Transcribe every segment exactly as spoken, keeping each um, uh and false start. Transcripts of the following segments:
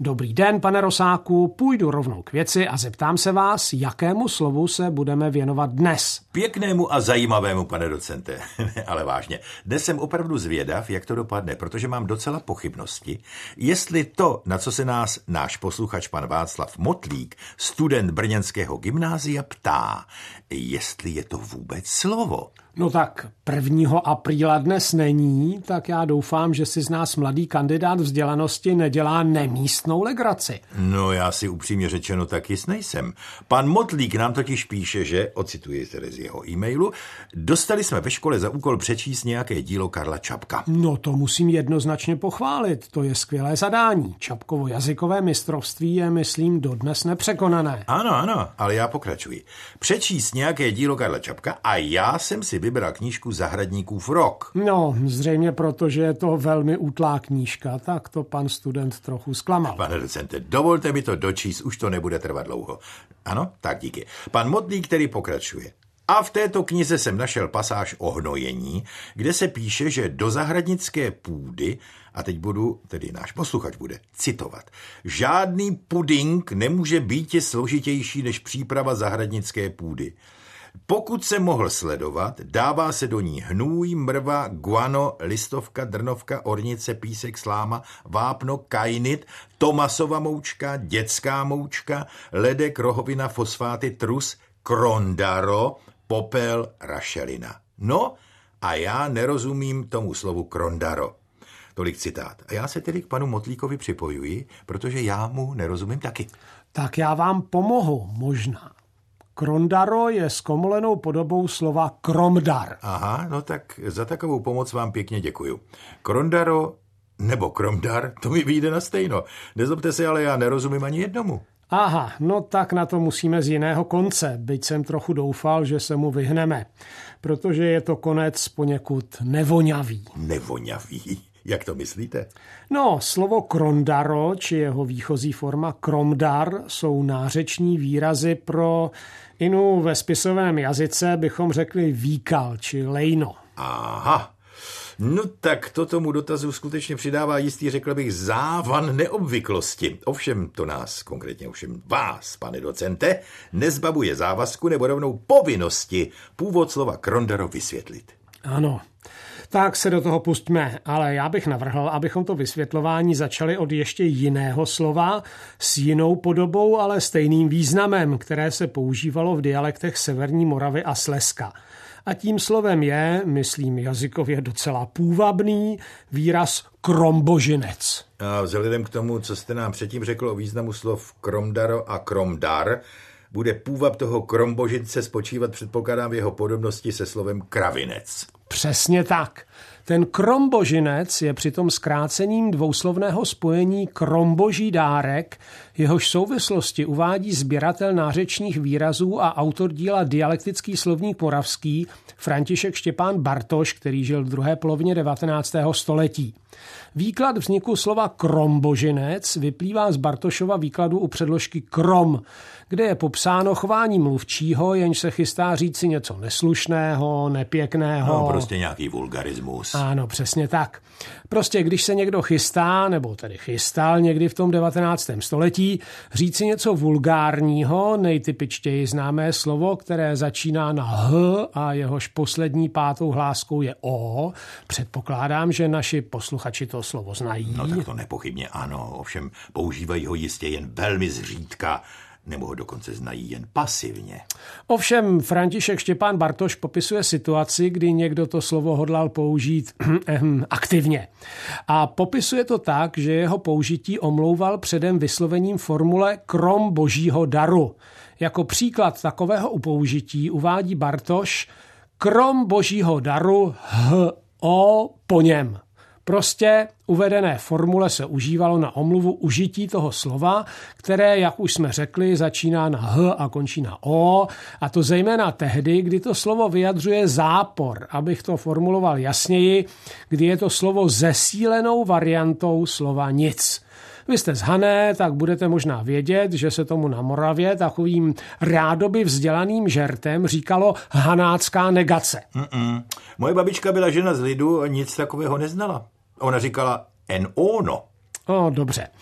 Dobrý den, pane Rosáku, půjdu rovnou k věci a zeptám se vás, jakému slovu se budeme věnovat dnes. Pěknému a zajímavému, pane docente. Ale vážně, dnes jsem opravdu zvědav, jak to dopadne, protože mám docela pochybnosti, jestli to, na co se nás náš posluchač pan Václav Motlík, student brněnského gymnázia, ptá, jestli je to vůbec slovo. No tak prvního apríla dnes není, tak já doufám, že si z nás mladý kandidát vzdělanosti nedělá nemístnou legraci. No já si upřímně řečeno taky nejsem. Pan Motlík nám totiž píše, že, ocituji tedy z jeho e-mailu, dostali jsme ve škole za úkol přečíst nějaké dílo Karla Čapka. No to musím jednoznačně pochválit, to je skvělé zadání. Čapkovo jazykové mistrovství je, myslím, dodnes nepřekonané. Ano, ano, ale já pokračuji. Přečíst nějaké dílo Karla Čapka a já jsem si vybral knížku Zahradníkův rok. No, zřejmě proto, že je to velmi útlá knížka, tak to pan student trochu zklamal. Pane docente, dovolte mi to dočíst, už to nebude trvat dlouho. Ano, tak díky. Pan Motlík, který pokračuje. A v této knize jsem našel pasáž o hnojení, kde se píše, že do zahradnické půdy, a teď budu, tedy náš posluchač bude citovat, žádný puding nemůže být složitější než příprava zahradnické půdy. Pokud se mohl sledovat, dává se do ní hnůj, mrva, guano, listovka, drnovka, ornice, písek, sláma, vápno, kainit, tomasova moučka, dětská moučka, ledek, rohovina, fosfáty, trus, krondaro, popel, rašelina. No a já nerozumím tomu slovu krondaro. Tolik citát. A já se tedy k panu Motlíkovi připojuji, protože já mu nerozumím taky. Tak já vám pomohu možná. Krondaro je zkomolenou podobou slova kromdar. Aha, no tak za takovou pomoc vám pěkně děkuju. Krondaro nebo kromdar, to mi vyjde na stejno. Nezlobte se, ale já nerozumím ani jednomu. Aha, no tak na to musíme z jiného konce, byť jsem trochu doufal, že se mu vyhneme, protože je to konec poněkud nevoňavý. Nevoňavý? Jak to myslíte? No, slovo krondaro, či jeho výchozí forma kromdar, jsou nářeční výrazy pro, inu ve spisovém jazyce bychom řekli výkal, či lejno. Aha, no tak to tomu dotazu skutečně přidává jistý, řekl bych, závan neobvyklosti. Ovšem to nás, konkrétně ovšem vás, pane docente, nezbavuje závazku nebo rovnou povinnosti původ slova krondaro vysvětlit. Ano. Tak se do toho pustíme, ale já bych navrhl, abychom to vysvětlování začali od ještě jiného slova s jinou podobou, ale stejným významem, které se používalo v dialektech Severní Moravy a Slezska. A tím slovem je, myslím jazykově docela půvabný, výraz krombožinec. A vzhledem k tomu, co jste nám předtím řekl o významu slov kromdaro a kromdar, bude půvab toho krombožince spočívat, předpokládám, v jeho podobnosti se slovem kravinec. Přesně tak. Ten krombožinec je přitom zkrácením dvouslovného spojení kromboží dárek, jehož souvislosti uvádí sběratel nářečních výrazů a autor díla Dialektický slovník moravský František Štěpán Bartoš, který žil v druhé polovině devatenáctého století. Výklad vzniku slova krombožinec vyplývá z Bartošova výkladu u předložky krom, kde je popsáno chování mluvčího, jenž se chystá říci něco neslušného, nepěkného. No, prostě nějaký vulgarismus. Ano, přesně tak. Prostě když se někdo chystá, nebo tedy chystal někdy v tom devatenáctém století, říci něco vulgárního, nejtypičtěji známé slovo, které začíná na h a jehož poslední pátou hláskou je o, předpokládám, že naši posluchači to slovo znají. No tak to nepochybně ano, ovšem používají ho jistě jen velmi zřídka, nebo ho dokonce znají jen pasivně. Ovšem František Štěpán Bartoš popisuje situaci, kdy někdo to slovo hodlal použít aktivně. A popisuje to tak, že jeho použití omlouval předem vyslovením formule krom božího daru. Jako příklad takového upoužití uvádí Bartoš krom božího daru h o po něm. Prostě uvedené formule se užívalo na omluvu užití toho slova, které, jak už jsme řekli, začíná na h a končí na o, a to zejména tehdy, kdy to slovo vyjadřuje zápor, abych to formuloval jasněji, kdy je to slovo zesílenou variantou slova nic. Vy jste z Hané, tak budete možná vědět, že se tomu na Moravě takovým rádoby vzdělaným žertem říkalo hanácká negace. Mm-mm. Moje babička byla žena z lidu a nic takového neznala. Ona říkala en ono. O, dobře.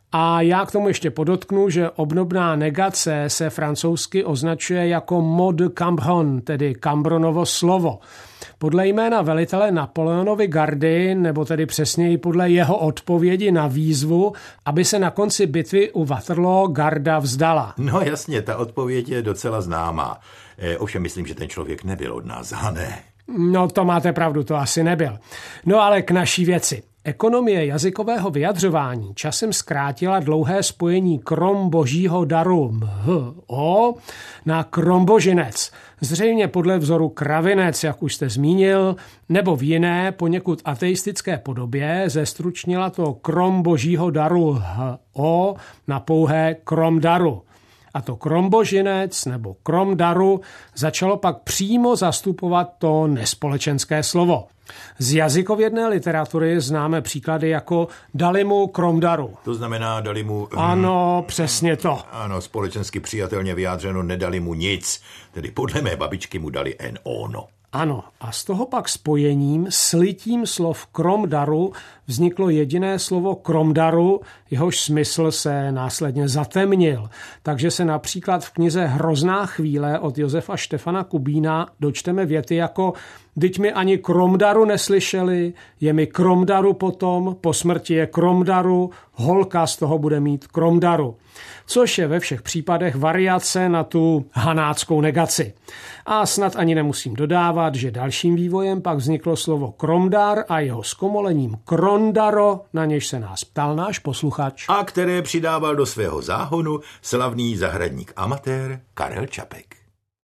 A já k tomu ještě podotknu, že obdobná negace se francouzsky označuje jako mot de Cambron, tedy Cambronovo slovo. Podle jména velitele Napoleonovy gardy, nebo tedy přesněji podle jeho odpovědi na výzvu, aby se na konci bitvy u Waterloo garda vzdala. No jasně, ta odpověď je docela známá. E, ovšem myslím, že ten člověk nebyl od nás, a ne? No to máte pravdu, to asi nebyl. No ale k naší věci. Ekonomie jazykového vyjadřování časem zkrátila dlouhé spojení krom božího daru mh, o na krombožinec. Zřejmě podle vzoru kravinec, jak už jste zmínil, nebo v jiné, poněkud ateistické podobě zestručnila to krom božího daru h, o na pouhé krom daru. A to krombožinec nebo krom daru začalo pak přímo zastupovat to nespolečenské slovo. Z jazykovědné literatury známe příklady jako dali mu krom daru. To znamená dali mu... Ano, přesně to. Ano, společensky přijatelně vyjádřeno nedali mu nic. Tedy podle mé babičky mu dali en ono. Ano, a z toho pak spojením, slitím slov krom daru vzniklo jediné slovo krom daru, jehož smysl se následně zatemnil. Takže se například v knize Hrozná chvíle od Josefa Štefana Kubína dočteme věty jako Vždyť mi ani krom daru neslyšeli, je mi krom daru potom, po smrti je krom daru, holka z toho bude mít krom daru. Což je ve všech případech variace na tu hanáckou negaci. A snad ani nemusím dodávat, že dalším vývojem pak vzniklo slovo kromdar a jeho zkomolením krondaro, na něž se nás ptal náš posluchač. A které přidával do svého záhonu slavný zahradník amatér Karel Čapek.